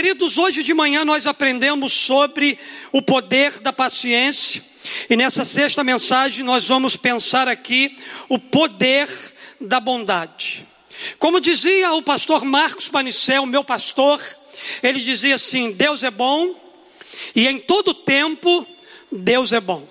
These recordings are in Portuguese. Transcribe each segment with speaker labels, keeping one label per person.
Speaker 1: queridos, hoje de manhã nós aprendemos sobre o poder da paciência. E nessa sexta mensagem nós vamos pensar aqui o poder da bondade. Como dizia o pastor Marcos Panicel, meu pastor, ele dizia assim: Deus é bom e em todo tempo Deus é bom.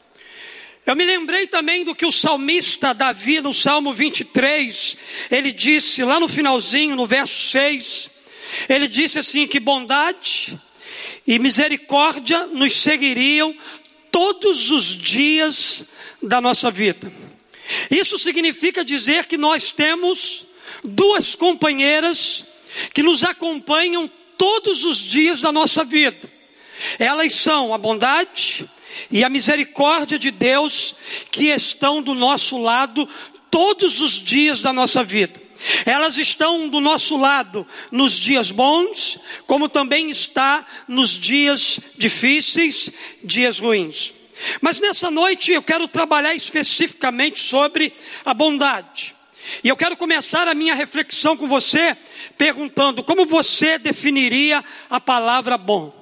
Speaker 1: Eu me lembrei também do que o salmista Davi, no Salmo 23, ele disse lá no finalzinho, no verso 6, ele disse assim, que bondade e misericórdia nos seguiriam todos os dias da nossa vida. Isso significa dizer que nós temos duas companheiras que nos acompanham todos os dias da nossa vida. Elas são a bondade e a misericórdia de Deus, que estão do nosso lado todos os dias da nossa vida. Elas estão do nosso lado nos dias bons, como também está nos dias difíceis, dias ruins. Mas nessa noite eu quero trabalhar especificamente sobre a bondade. E eu quero começar a minha reflexão com você perguntando: como você definiria a palavra bom?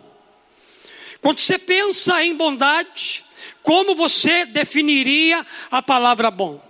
Speaker 1: Quando você pensa em bondade, como você definiria a palavra bom?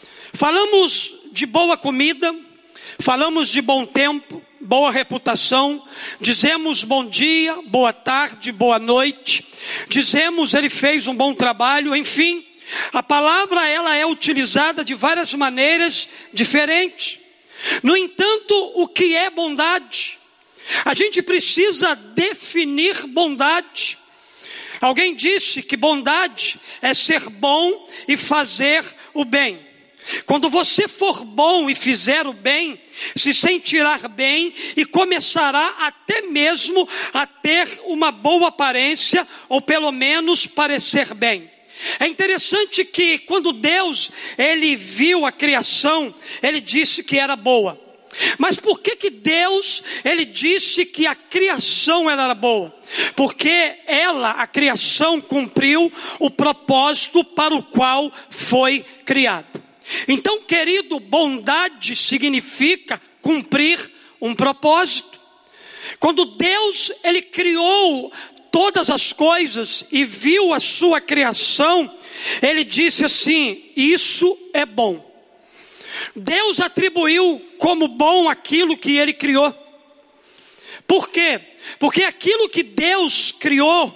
Speaker 1: Falamos de boa comida, falamos de bom tempo, boa reputação, dizemos bom dia, boa tarde, boa noite, dizemos ele fez um bom trabalho, enfim, a palavra ela é utilizada de várias maneiras diferentes. No entanto, o que é bondade? A gente precisa definir bondade. Alguém disse que bondade é ser bom e fazer o bem. Quando você for bom e fizer o bem, se sentirá bem e começará até mesmo a ter uma boa aparência, ou pelo menos parecer bem. É interessante que quando Deus, ele viu a criação, ele disse que era boa. Mas por que Deus, ele disse que a criação era boa? Porque a criação cumpriu o propósito para o qual foi criada. Então, querido, bondade significa cumprir um propósito. Quando Deus, ele criou todas as coisas e viu a sua criação, ele disse assim: isso é bom. Deus atribuiu como bom aquilo que ele criou. Por quê? Porque aquilo que Deus criou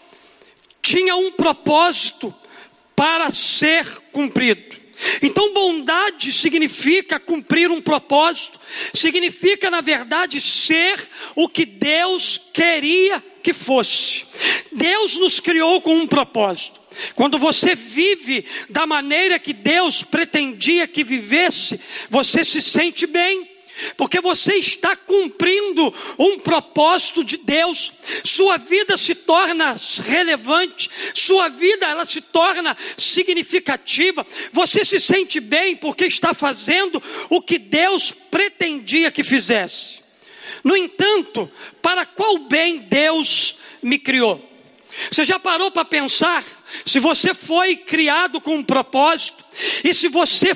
Speaker 1: tinha um propósito para ser cumprido. Então bondade significa cumprir um propósito, significa na verdade ser o que Deus queria que fosse. Deus nos criou com um propósito. Quando você vive da maneira que Deus pretendia que vivesse, você se sente bem, porque você está cumprindo um propósito de Deus. Sua vida se torna relevante, sua vida ela se torna significativa. Você se sente bem porque está fazendo o que Deus pretendia que fizesse. No entanto, para qual bem Deus me criou? Você já parou para pensar? Se você foi criado com um propósito, e se você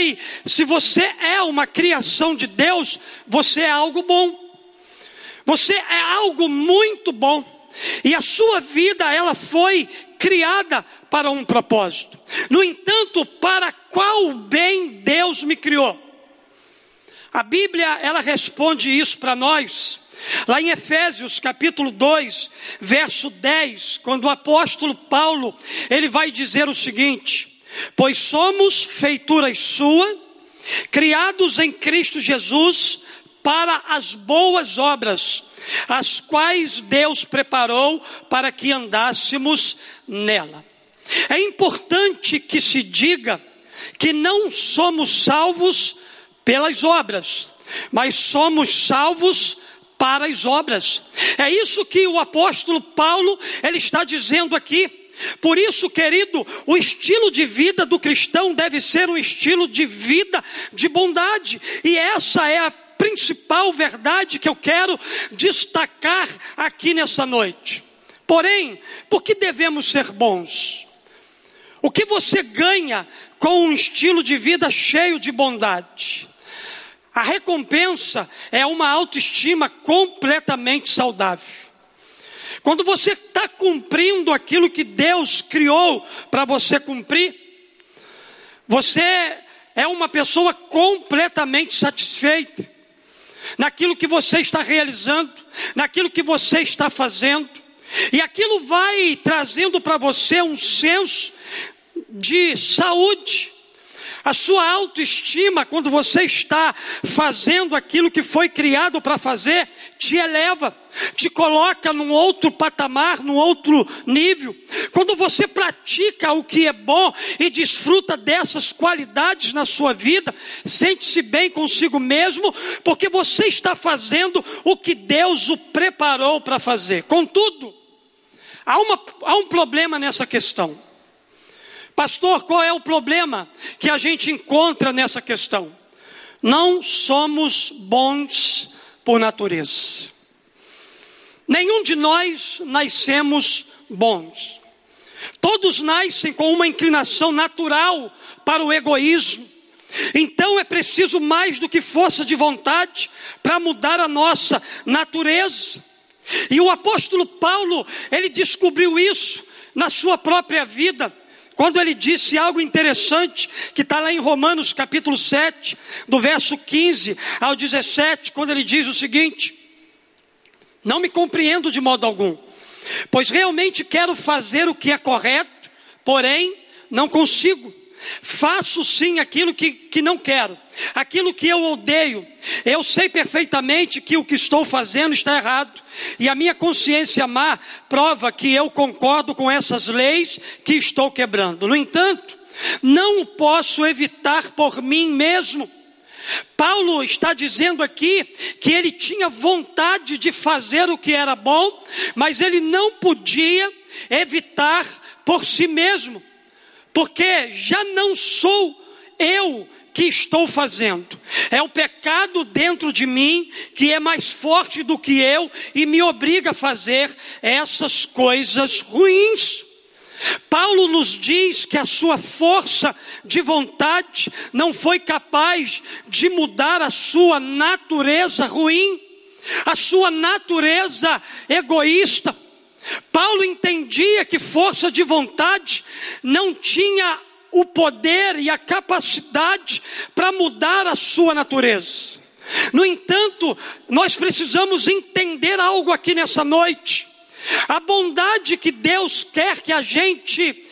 Speaker 1: é uma criação de Deus, você é algo bom. Você é algo muito bom. E a sua vida, ela foi criada para um propósito. No entanto, para qual bem Deus me criou? A Bíblia, ela responde isso para nós. Lá em Efésios capítulo 2, verso 10, quando o apóstolo Paulo, ele vai dizer o seguinte: pois somos feituras sua, criados em Cristo Jesus para as boas obras, as quais Deus preparou para que andássemos nela. É importante que se diga que não somos salvos pelas obras, mas somos salvos para as obras. É isso que o apóstolo Paulo, ele está dizendo aqui. Por isso, querido, o estilo de vida do cristão deve ser um estilo de vida de bondade. E essa é a principal verdade que eu quero destacar aqui nessa noite. Porém, por que devemos ser bons? O que você ganha com um estilo de vida cheio de bondade? A recompensa é uma autoestima completamente saudável. Quando você está cumprindo aquilo que Deus criou para você cumprir, você é uma pessoa completamente satisfeita naquilo que você está realizando, naquilo que você está fazendo. E aquilo vai trazendo para você um senso de saúde. A sua autoestima, quando você está fazendo aquilo que foi criado para fazer, te eleva, te coloca num outro patamar, num outro nível. Quando você pratica o que é bom e desfruta dessas qualidades na sua vida, sente-se bem consigo mesmo, porque você está fazendo o que Deus o preparou para fazer. Contudo, há um problema nessa questão. Pastor, qual é o problema que a gente encontra nessa questão? Não somos bons por natureza. Nenhum de nós nascemos bons. Todos nascem com uma inclinação natural para o egoísmo. Então é preciso mais do que força de vontade para mudar a nossa natureza. E o apóstolo Paulo, ele descobriu isso na sua própria vida, quando ele disse algo interessante, que está lá em Romanos capítulo 7, do verso 15 ao 17, quando ele diz o seguinte: não me compreendo de modo algum, pois realmente quero fazer o que é correto, porém não consigo. Faço sim aquilo que não quero, aquilo que eu odeio. Eu sei perfeitamente que o que estou fazendo está errado, e a minha consciência má prova que eu concordo com essas leis que estou quebrando. No entanto, não o posso evitar por mim mesmo. Paulo está dizendo aqui que ele tinha vontade de fazer o que era bom, mas ele não podia evitar por si mesmo, porque já não sou eu que estou fazendo, é o pecado dentro de mim que é mais forte do que eu e me obriga a fazer essas coisas ruins. Paulo nos diz que a sua força de vontade não foi capaz de mudar a sua natureza ruim, a sua natureza egoísta. Paulo entendia que força de vontade não tinha o poder e a capacidade para mudar a sua natureza. No entanto, nós precisamos entender algo aqui nessa noite. A bondade que Deus quer que a gente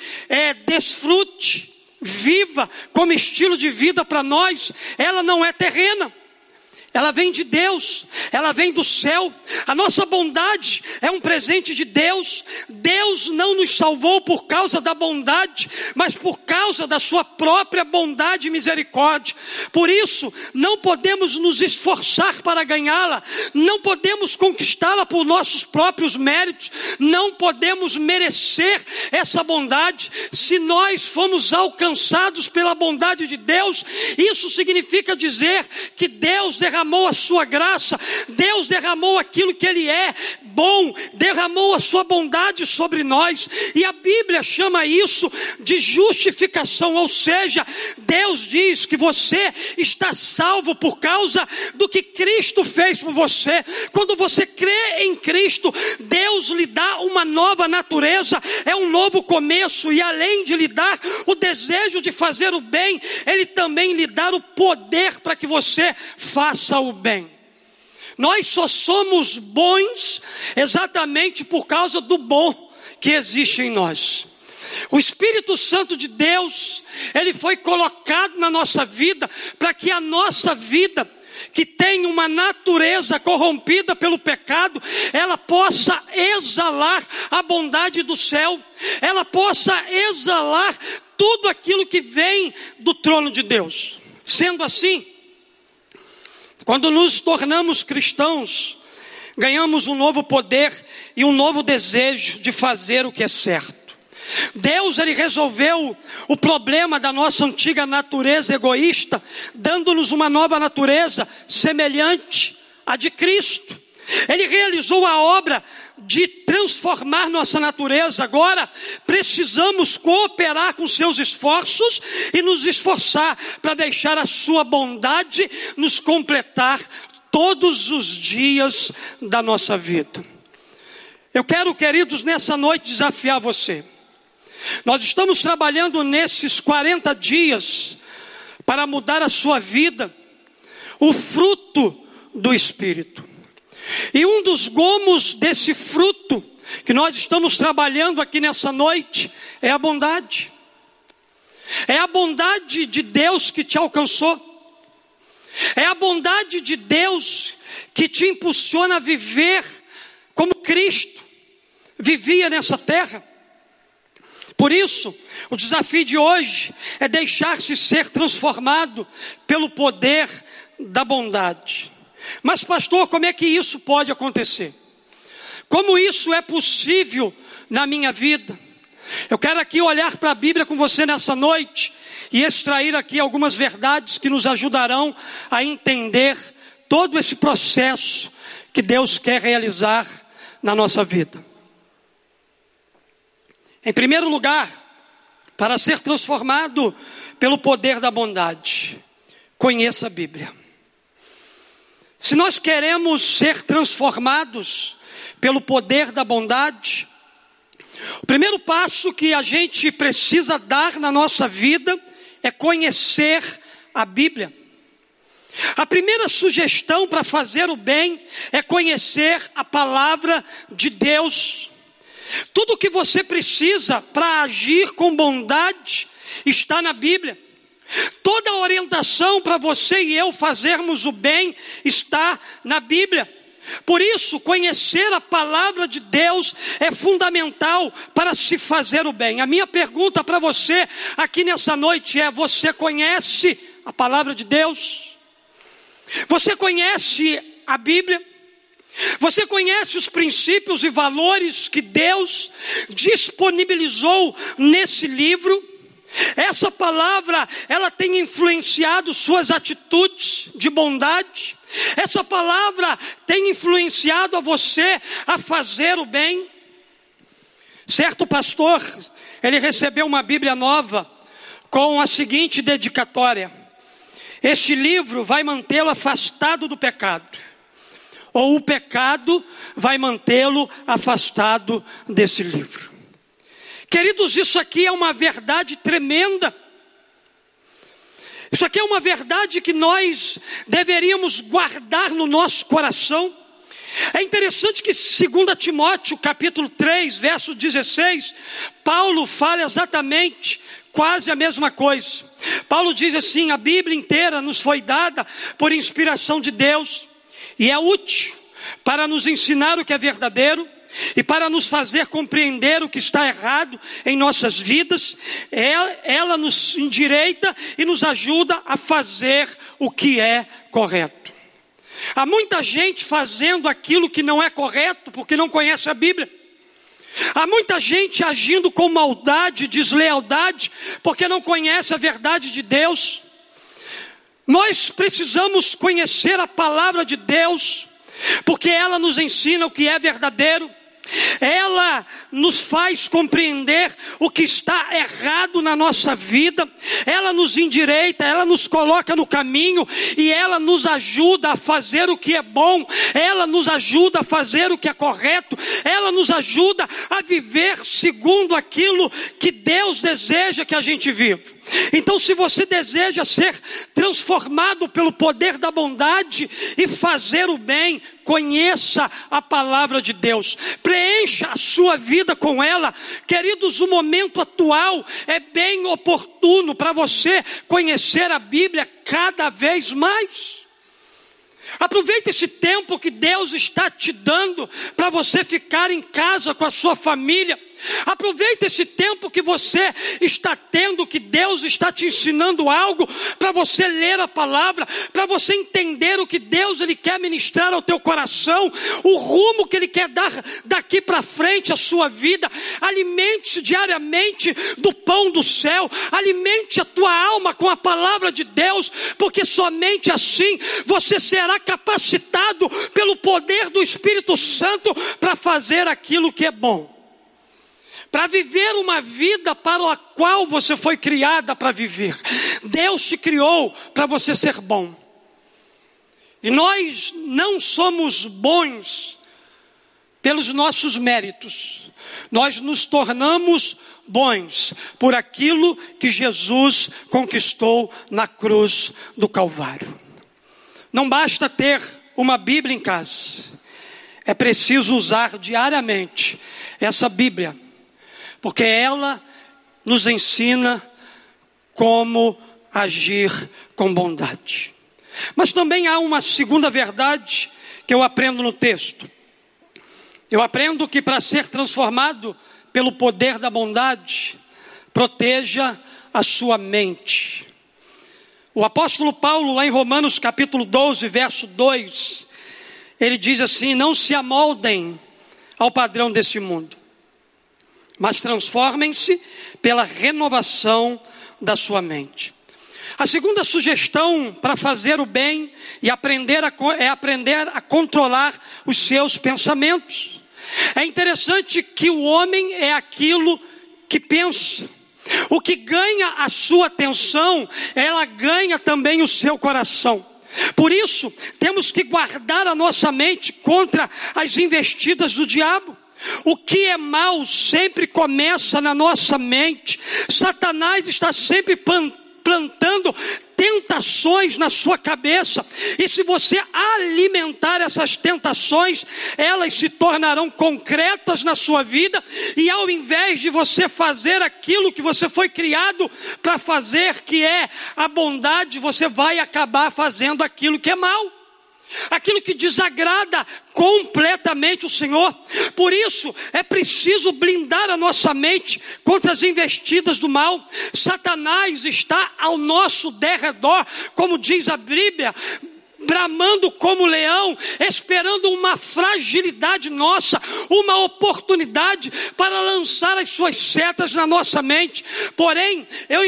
Speaker 1: desfrute, viva como estilo de vida para nós, ela não é terrena. Ela vem de Deus, ela vem do céu. A nossa bondade é um presente de Deus. Deus não nos salvou por causa da bondade, mas por causa da sua própria bondade e misericórdia. Por isso, não podemos nos esforçar para ganhá-la, não podemos conquistá-la por nossos próprios méritos, não podemos merecer essa bondade. Se nós fomos alcançados pela bondade de Deus, isso significa dizer que Deus derramou a sua graça, Deus derramou aquilo que Ele é bom, derramou a sua bondade sobre nós, e a Bíblia chama isso de justificação, ou seja, Deus diz que você está salvo por causa do que Cristo fez por você. Quando você crê em Cristo, Deus lhe dá uma nova natureza, é um novo começo, e além de lhe dar o desejo de fazer o bem, Ele também lhe dá o poder para que você faça o bem. Nós só somos bons exatamente por causa do bom que existe em nós. O Espírito Santo de Deus, ele foi colocado na nossa vida para que a nossa vida, que tem uma natureza corrompida pelo pecado, ela possa exalar a bondade do céu, ela possa exalar tudo aquilo que vem do trono de Deus. Sendo assim, quando nos tornamos cristãos, ganhamos um novo poder e um novo desejo de fazer o que é certo. Deus, ele resolveu o problema da nossa antiga natureza egoísta, dando-nos uma nova natureza semelhante à de Cristo. Ele realizou a obra de transformar nossa natureza. Agora precisamos cooperar com seus esforços e nos esforçar para deixar a sua bondade nos completar todos os dias da nossa vida. Eu quero, queridos, nessa noite desafiar você. Nós estamos trabalhando nesses 40 dias para mudar a sua vida, o fruto do Espírito. E um dos gomos desse fruto que nós estamos trabalhando aqui nessa noite é a bondade. É a bondade de Deus que te alcançou. É a bondade de Deus que te impulsiona a viver como Cristo vivia nessa terra. Por isso, o desafio de hoje é deixar-se ser transformado pelo poder da bondade. Mas pastor, como é que isso pode acontecer? Como isso é possível na minha vida? Eu quero aqui olhar para a Bíblia com você nessa noite e extrair aqui algumas verdades que nos ajudarão a entender todo esse processo que Deus quer realizar na nossa vida. Em primeiro lugar, para ser transformado pelo poder da bondade, conheça a Bíblia. Se nós queremos ser transformados pelo poder da bondade, o primeiro passo que a gente precisa dar na nossa vida é conhecer a Bíblia. A primeira sugestão para fazer o bem é conhecer a palavra de Deus. Tudo o que você precisa para agir com bondade está na Bíblia. Toda a orientação para você e eu fazermos o bem está na Bíblia. Por isso, conhecer a palavra de Deus é fundamental para se fazer o bem. A minha pergunta para você aqui nessa noite é: você conhece a palavra de Deus? Você conhece a Bíblia? Você conhece os princípios e valores que Deus disponibilizou nesse livro? Essa palavra, ela tem influenciado suas atitudes de bondade. Essa palavra tem influenciado a você a fazer o bem. Certo pastor, ele recebeu uma Bíblia nova com a seguinte dedicatória: este livro vai mantê-lo afastado do pecado, ou o pecado vai mantê-lo afastado desse livro. Queridos, isso aqui é uma verdade tremenda. Isso aqui é uma verdade que nós deveríamos guardar no nosso coração. É interessante que 2 Timóteo capítulo 3, verso 16, Paulo fala exatamente quase a mesma coisa. Paulo diz assim: a Bíblia inteira nos foi dada por inspiração de Deus e é útil para nos ensinar o que é verdadeiro e para nos fazer compreender o que está errado em nossas vidas. Ela nos endireita e nos ajuda a fazer o que é correto. Há muita gente fazendo aquilo que não é correto porque não conhece a Bíblia. Há muita gente agindo com maldade, deslealdade, porque não conhece a verdade de Deus. Nós precisamos conhecer a palavra de Deus, porque ela nos ensina o que é verdadeiro. Ela nos faz compreender o que está errado na nossa vida. Ela nos endireita, ela nos coloca no caminho e ela nos ajuda a fazer o que é bom. Ela nos ajuda a fazer o que é correto. Ela nos ajuda a viver segundo aquilo que Deus deseja que a gente viva. Então, se você deseja ser transformado pelo poder da bondade e fazer o bem, conheça a palavra de Deus, preencha a sua vida com ela. Queridos, o momento atual é bem oportuno para você conhecer a Bíblia cada vez mais. Aproveite esse tempo que Deus está te dando para você ficar em casa com a sua família. Aproveita esse tempo que você está tendo, que Deus está te ensinando algo, para você ler a palavra, para você entender o que Deus Ele quer ministrar ao teu coração, o rumo que Ele quer dar daqui para frente à sua vida. Alimente-se diariamente do pão do céu, alimente a tua alma com a palavra de Deus, porque somente assim você será capacitado pelo poder do Espírito Santo para fazer aquilo que é bom, para viver uma vida para a qual você foi criada para viver. Deus te criou para você ser bom. E nós não somos bons pelos nossos méritos. Nós nos tornamos bons por aquilo que Jesus conquistou na cruz do Calvário. Não basta ter uma Bíblia em casa. É preciso usar diariamente essa Bíblia, porque ela nos ensina como agir com bondade. Mas também há uma segunda verdade que eu aprendo no texto. Eu aprendo que para ser transformado pelo poder da bondade, proteja a sua mente. O apóstolo Paulo, lá em Romanos capítulo 12, verso 2, ele diz assim: não se amoldem ao padrão desse mundo, mas transformem-se pela renovação da sua mente. A segunda sugestão para fazer o bem é aprender a controlar os seus pensamentos. É interessante que o homem é aquilo que pensa. O que ganha a sua atenção, ela ganha também o seu coração. Por isso, temos que guardar a nossa mente contra as investidas do diabo. O que é mal sempre começa na nossa mente. Satanás está sempre plantando tentações na sua cabeça, e se você alimentar essas tentações, elas se tornarão concretas na sua vida, e ao invés de você fazer aquilo que você foi criado para fazer, que é a bondade, você vai acabar fazendo aquilo que é mal, aquilo que desagrada completamente o Senhor. Por isso é preciso blindar a nossa mente contra as investidas do mal. Satanás está ao nosso derredor, como diz a Bíblia, bramando como leão, esperando uma fragilidade nossa, uma oportunidade para lançar as suas setas na nossa mente. Porém,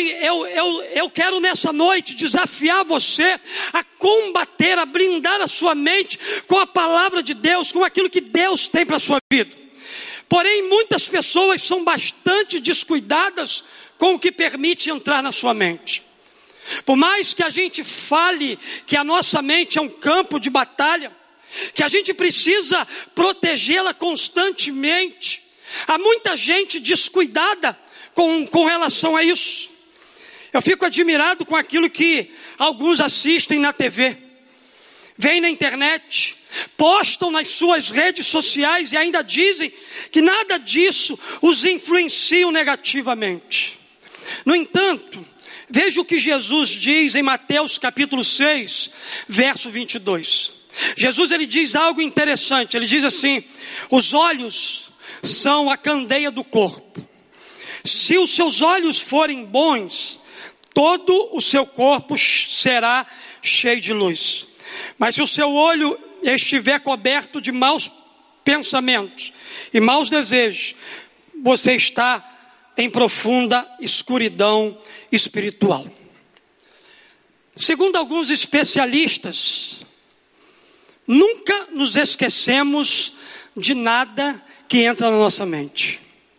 Speaker 1: eu quero nessa noite desafiar você a combater, a blindar a sua mente com a palavra de Deus, com aquilo que Deus tem para a sua vida. Porém, muitas pessoas são bastante descuidadas com o que permite entrar na sua mente. Por mais que a gente fale que a nossa mente é um campo de batalha, que a gente precisa protegê-la constantemente, há muita gente descuidada com relação a isso. Eu fico admirado com aquilo que alguns assistem na TV, vêm na internet, postam nas suas redes sociais e ainda dizem que nada disso os influencia negativamente. No entanto, veja o que Jesus diz em Mateus capítulo 6, verso 22. Jesus ele diz algo interessante. Ele diz assim: os olhos são a candeia do corpo. Se os seus olhos forem bons, todo o seu corpo será cheio de luz. Mas se o seu olho estiver coberto de maus pensamentos e maus desejos, você está em profunda escuridão espiritual. Segundo alguns especialistas, nunca nos esquecemos de nada que entra na nossa mente.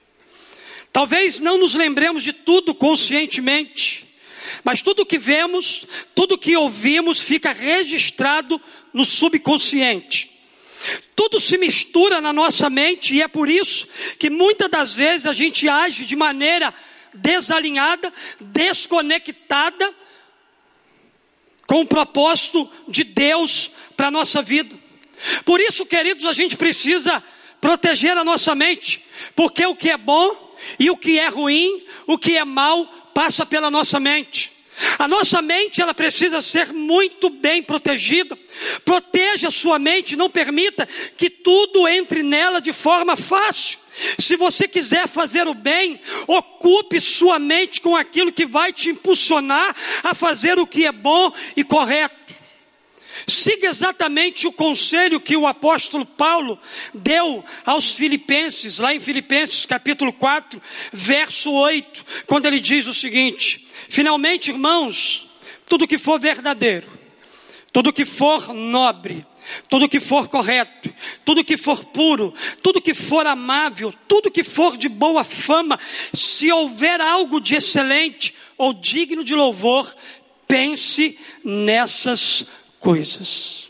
Speaker 1: Talvez não nos lembremos de tudo conscientemente, mas tudo que vemos, tudo que ouvimos fica registrado no subconsciente. Tudo se mistura na nossa mente, e é por isso que muitas das vezes a gente age de maneira desalinhada, desconectada com o propósito de Deus para a nossa vida. Por isso, queridos, a gente precisa proteger a nossa mente, porque o que é bom e o que é ruim, o que é mal, passa pela nossa mente. A nossa mente, ela precisa ser muito bem protegida. Proteja a sua mente, não permita que tudo entre nela de forma fácil. Se você quiser fazer o bem, ocupe sua mente com aquilo que vai te impulsionar a fazer o que é bom e correto. Siga exatamente o conselho que o apóstolo Paulo deu aos filipenses, lá em Filipenses capítulo 4, verso 8, quando ele diz o seguinte: finalmente, irmãos, tudo que for verdadeiro, tudo que for nobre, tudo que for correto, tudo que for puro, tudo que for amável, tudo que for de boa fama, se houver algo de excelente ou digno de louvor, pense nessas coisas.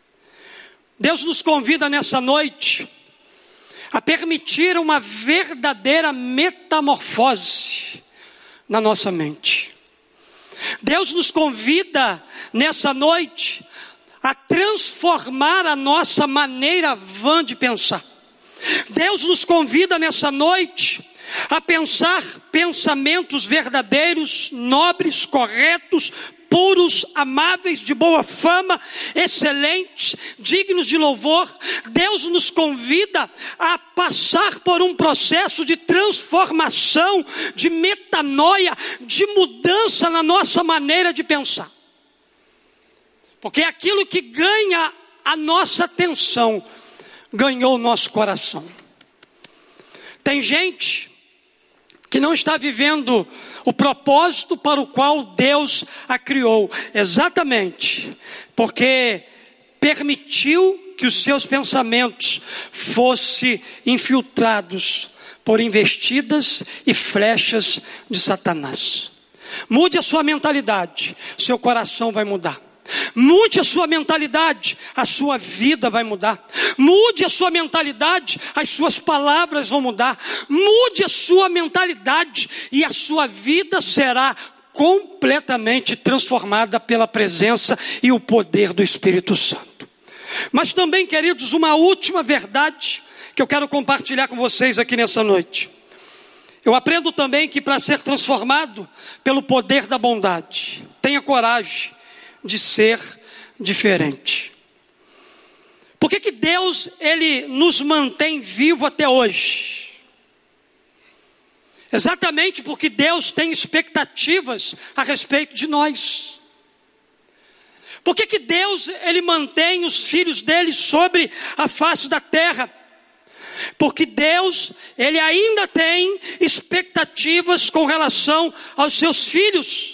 Speaker 1: Deus nos convida nessa noite a permitir uma verdadeira metamorfose na nossa mente. Deus nos convida nessa noite a transformar a nossa maneira vã de pensar. Deus nos convida nessa noite a pensar pensamentos verdadeiros, nobres, corretos, puros, amáveis, de boa fama, excelentes, dignos de louvor. Deus nos convida a passar por um processo de transformação, de metanoia, de mudança na nossa maneira de pensar. Porque aquilo que ganha a nossa atenção, ganhou o nosso coração. Tem gente que não está vivendo o propósito para o qual Deus a criou, exatamente porque permitiu que os seus pensamentos fossem infiltrados por investidas e flechas de Satanás. Mude a sua mentalidade, seu coração vai mudar. Mude a sua mentalidade, a sua vida vai mudar. Mude a sua mentalidade, as suas palavras vão mudar. Mude a sua mentalidade e a sua vida será completamente transformada pela presença e o poder do Espírito Santo. Mas também, queridos, uma última verdade que eu quero compartilhar com vocês aqui nessa noite. Eu aprendo também que para ser transformado pelo poder da bondade, tenha coragem de ser diferente. Por que Deus, Ele nos mantém vivo até hoje? Exatamente porque Deus tem expectativas a respeito de nós. Por que Deus, Ele mantém os filhos dele sobre a face da terra? Porque Deus, Ele ainda tem expectativas com relação aos seus filhos.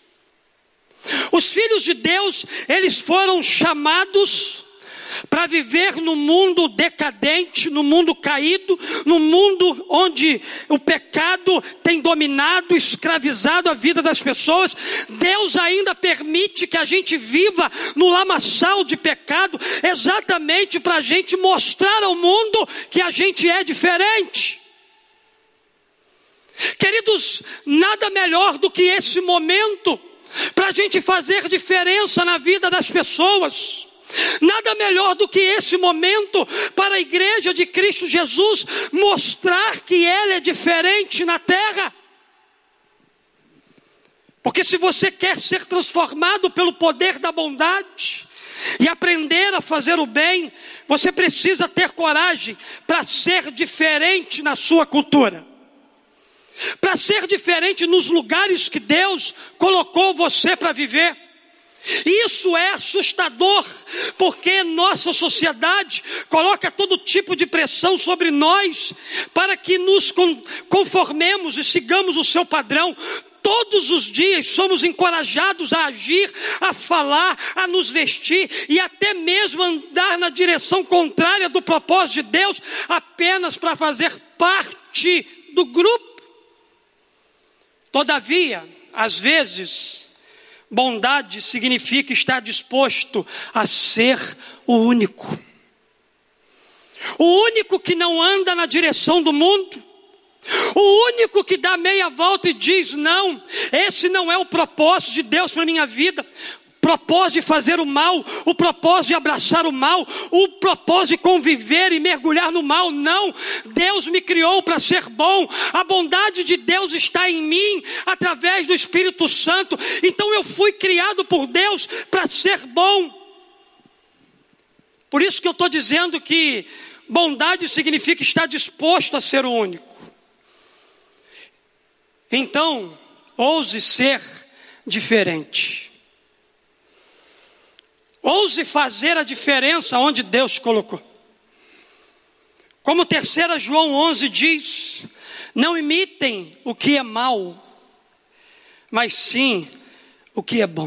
Speaker 1: Os filhos de Deus, eles foram chamados para viver no mundo decadente, no mundo caído, no mundo onde o pecado tem dominado, escravizado a vida das pessoas. Deus ainda permite que a gente viva no lamaçal de pecado, exatamente para a gente mostrar ao mundo que a gente é diferente. Queridos, nada melhor do que esse momento para a gente fazer diferença na vida das pessoas. Nada melhor do que esse momento para a igreja de Cristo Jesus mostrar que ela é diferente na terra. Porque se você quer ser transformado pelo poder da bondade e aprender a fazer o bem, você precisa ter coragem para ser diferente na sua cultura. Para ser diferente nos lugares que Deus colocou você para viver. Isso é assustador, porque nossa sociedade coloca todo tipo de pressão sobre nós para que nos conformemos e sigamos o seu padrão. Todos os dias somos encorajados a agir, a falar, a nos vestir e até mesmo andar na direção contrária do propósito de Deus, apenas para fazer parte do grupo. Todavia, às vezes, bondade significa estar disposto a ser o único. O único que não anda na direção do mundo. O único que dá meia volta e diz: não, esse não é o propósito de Deus para a minha vida. O propósito de fazer o mal, o propósito de abraçar o mal, o propósito de conviver e mergulhar no mal. Não, Deus me criou para ser bom. A bondade de Deus está em mim através do Espírito Santo. Então eu fui criado por Deus para ser bom. Por isso que eu estou dizendo que bondade significa estar disposto a ser o único. Então, ouse ser diferente. Ouse fazer a diferença onde Deus colocou. Como 3 João 11 diz, não imitem o que é mal, mas sim o que é bom.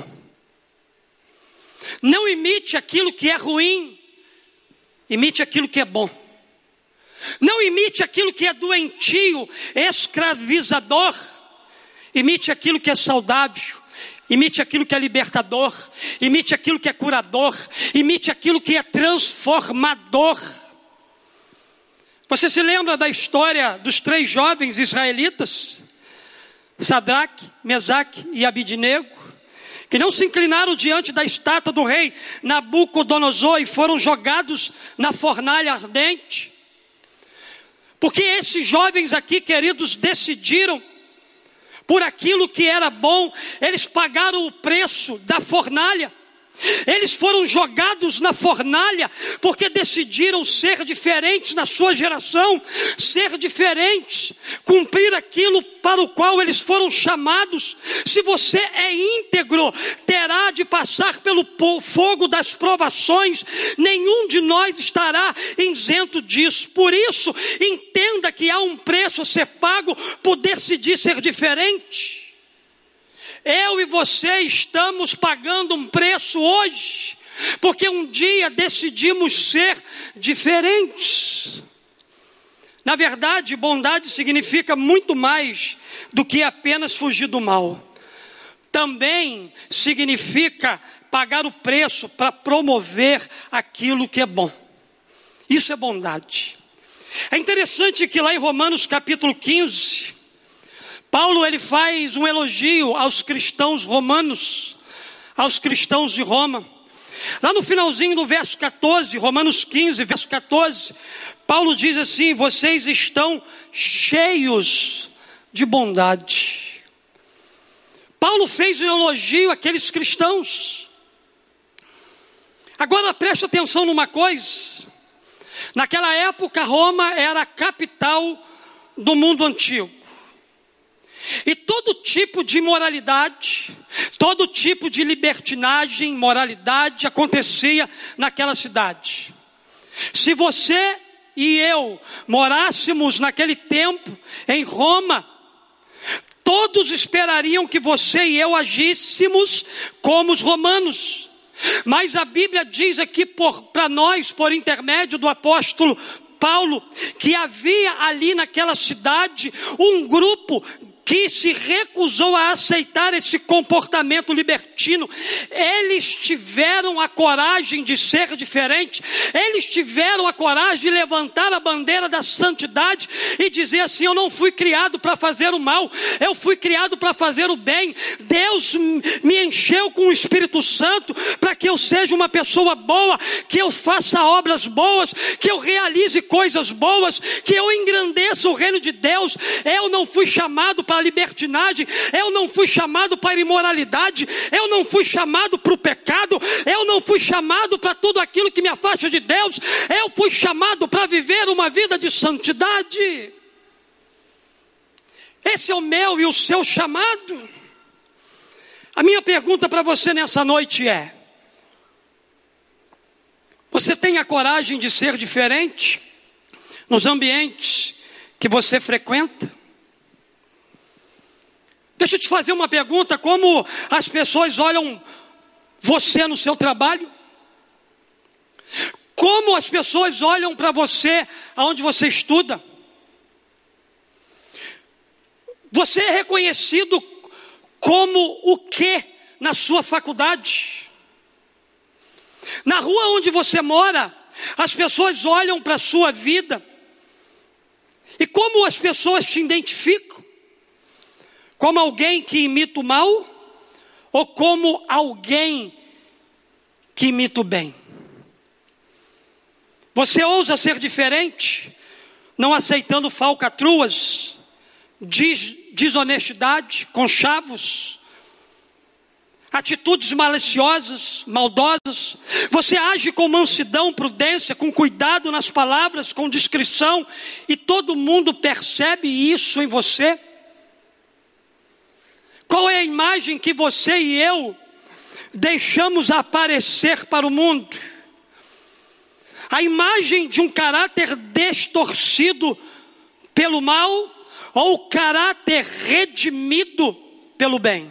Speaker 1: Não imite aquilo que é ruim, imite aquilo que é bom. Não imite aquilo que é doentio, escravizador. Imite aquilo que é saudável. Imite aquilo que é libertador. Imite aquilo que é curador. Imite aquilo que é transformador. Você se lembra da história dos 3 jovens israelitas? Sadraque, Mesaque e Abidnego, que não se inclinaram diante da estátua do rei Nabucodonosor e foram jogados na fornalha ardente. Porque esses jovens aqui, queridos, decidiram por aquilo que era bom. Eles pagaram o preço da fornalha. Eles foram jogados na fornalha porque decidiram ser diferentes na sua geração, ser diferentes, cumprir aquilo para o qual eles foram chamados. Se você é íntegro, terá de passar pelo fogo das provações. Nenhum de nós estará isento disso. Por isso, entenda que há um preço a ser pago por decidir ser diferente. Eu e você estamos pagando um preço hoje, porque um dia decidimos ser diferentes. Na verdade, bondade significa muito mais do que apenas fugir do mal. Também significa pagar o preço para promover aquilo que é bom. Isso é bondade. É interessante que lá em Romanos capítulo 15... Paulo ele faz um elogio aos cristãos romanos, aos cristãos de Roma. Lá no finalzinho do verso 14, Romanos 15, verso 14, Paulo diz assim: vocês estão cheios de bondade. Paulo fez um elogio àqueles cristãos. Agora preste atenção numa coisa. Naquela época Roma era a capital do mundo antigo. E todo tipo de imoralidade, todo tipo de libertinagem, moralidade acontecia naquela cidade. Se você e eu morássemos naquele tempo em Roma, todos esperariam que você e eu agíssemos como os romanos. Mas a Bíblia diz aqui para nós, por intermédio do apóstolo Paulo, que havia ali naquela cidade um grupo que se recusou a aceitar esse comportamento libertino. Eles tiveram a coragem de ser diferente. Eles tiveram a coragem de levantar a bandeira da santidade e dizer assim: eu não fui criado para fazer o mal, eu fui criado para fazer o bem. Deus me encheu com o Espírito Santo para que eu seja uma pessoa boa, que eu faça obras boas, que eu realize coisas boas, que eu engrandeça o reino de Deus. Eu não fui chamado para a libertinagem, eu não fui chamado para a imoralidade, eu não fui chamado para o pecado, eu não fui chamado para tudo aquilo que me afasta de Deus. Eu fui chamado para viver uma vida de santidade. Esse é o meu e o seu chamado. A minha pergunta para você nessa noite é: você tem a coragem de ser diferente nos ambientes que você frequenta? Deixa eu te fazer uma pergunta: como as pessoas olham você no seu trabalho? Como as pessoas olham para você aonde você estuda? Você é reconhecido como o quê na sua faculdade? Na rua onde você mora, as pessoas olham para a sua vida. E como as pessoas te identificam? Como alguém que imita o mal? Ou como alguém que imita o bem. Você ousa ser diferente, não aceitando falcatruas, desonestidade, conchavos, atitudes maliciosas, maldosas. Você age com mansidão, prudência, com cuidado nas palavras, com discrição, e todo mundo percebe isso em você. Qual é a imagem que você e eu deixamos aparecer para o mundo? A imagem de um caráter distorcido pelo mal ou o caráter redimido pelo bem?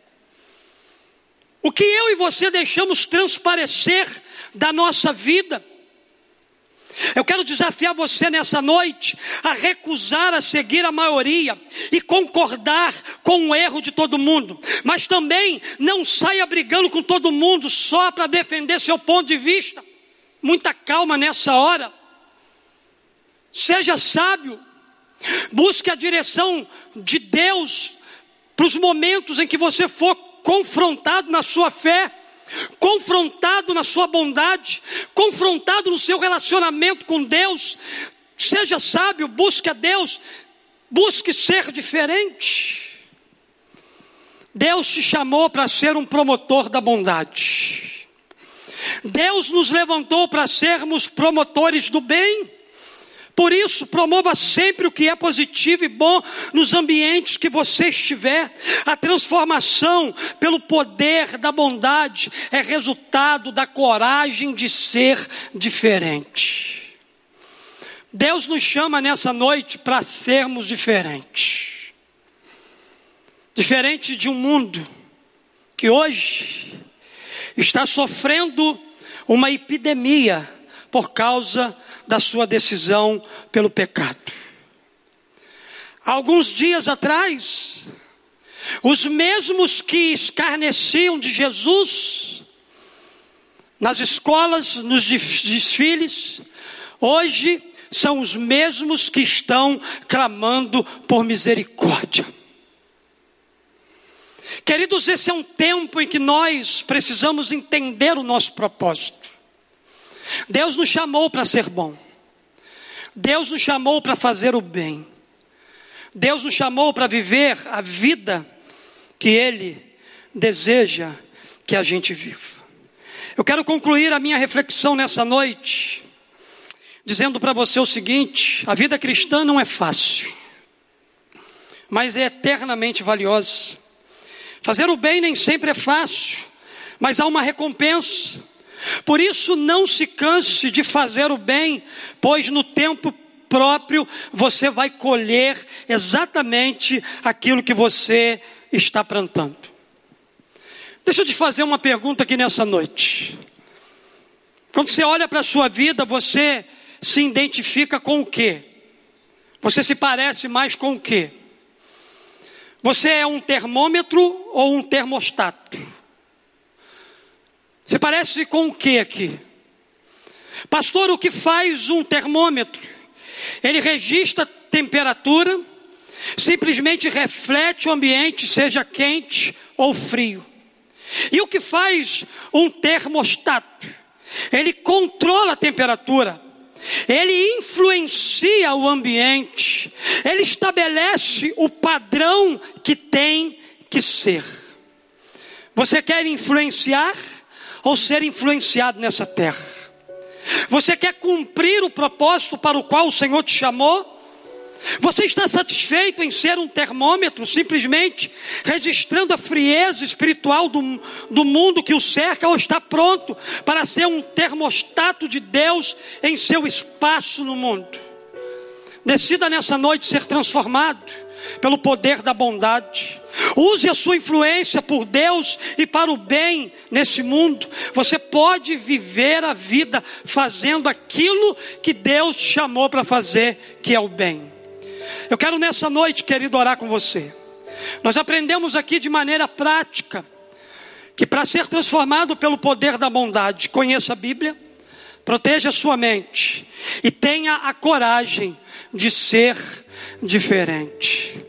Speaker 1: O que eu e você deixamos transparecer da nossa vida? Eu quero desafiar você nessa noite a recusar a seguir a maioria e concordar com o erro de todo mundo. Mas também não saia brigando com todo mundo só para defender seu ponto de vista. Muita calma nessa hora. Seja sábio. Busque a direção de Deus para os momentos em que você for confrontado na sua fé, confrontado na sua bondade, confrontado no seu relacionamento com Deus. Seja sábio, busque a Deus, busque ser diferente. Deus te chamou para ser um promotor da bondade. Deus nos levantou para sermos promotores do bem. Por isso, promova sempre o que é positivo e bom nos ambientes que você estiver. A transformação pelo poder da bondade é resultado da coragem de ser diferente. Deus nos chama nessa noite para sermos diferentes. Diferente de um mundo que hoje está sofrendo uma epidemia por causa da sua decisão pelo pecado. Alguns dias atrás, os mesmos que escarneciam de Jesus nas escolas, nos desfiles, hoje são os mesmos que estão clamando por misericórdia. Queridos, esse é um tempo em que nós precisamos entender o nosso propósito. Deus nos chamou para ser bom. Deus nos chamou para fazer o bem. Deus nos chamou para viver a vida que Ele deseja que a gente viva. Eu quero concluir a minha reflexão nessa noite dizendo para você o seguinte: a vida cristã não é fácil, mas é eternamente valiosa. Fazer o bem nem sempre é fácil, mas há uma recompensa. Por isso não se canse de fazer o bem, pois no tempo próprio você vai colher exatamente aquilo que você está plantando. Deixa eu te fazer uma pergunta aqui nessa noite. Quando você olha para a sua vida, você se identifica com o quê? Você se parece mais com o quê? Você é um termômetro ou um termostato? Você parece com o que aqui? Pastor, o que faz um termômetro? Ele registra a temperatura, simplesmente reflete o ambiente, seja quente ou frio. E o que faz um termostato? Ele controla a temperatura, ele influencia o ambiente, ele estabelece o padrão que tem que ser. Você quer influenciar ou ser influenciado nessa terra? Você quer cumprir o propósito para o qual o Senhor te chamou? Você está satisfeito em ser um termômetro, simplesmente registrando a frieza espiritual do mundo que o cerca, ou está pronto para ser um termostato de Deus em seu espaço no mundo? Decida nessa noite ser transformado pelo poder da bondade. Use a sua influência por Deus e para o bem nesse mundo. Você pode viver a vida fazendo aquilo que Deus te chamou para fazer, que é o bem. Eu quero nessa noite, querido, orar com você. Nós aprendemos aqui de maneira prática que para ser transformado pelo poder da bondade, conheça a Bíblia, proteja a sua mente e tenha a coragem de ser diferente.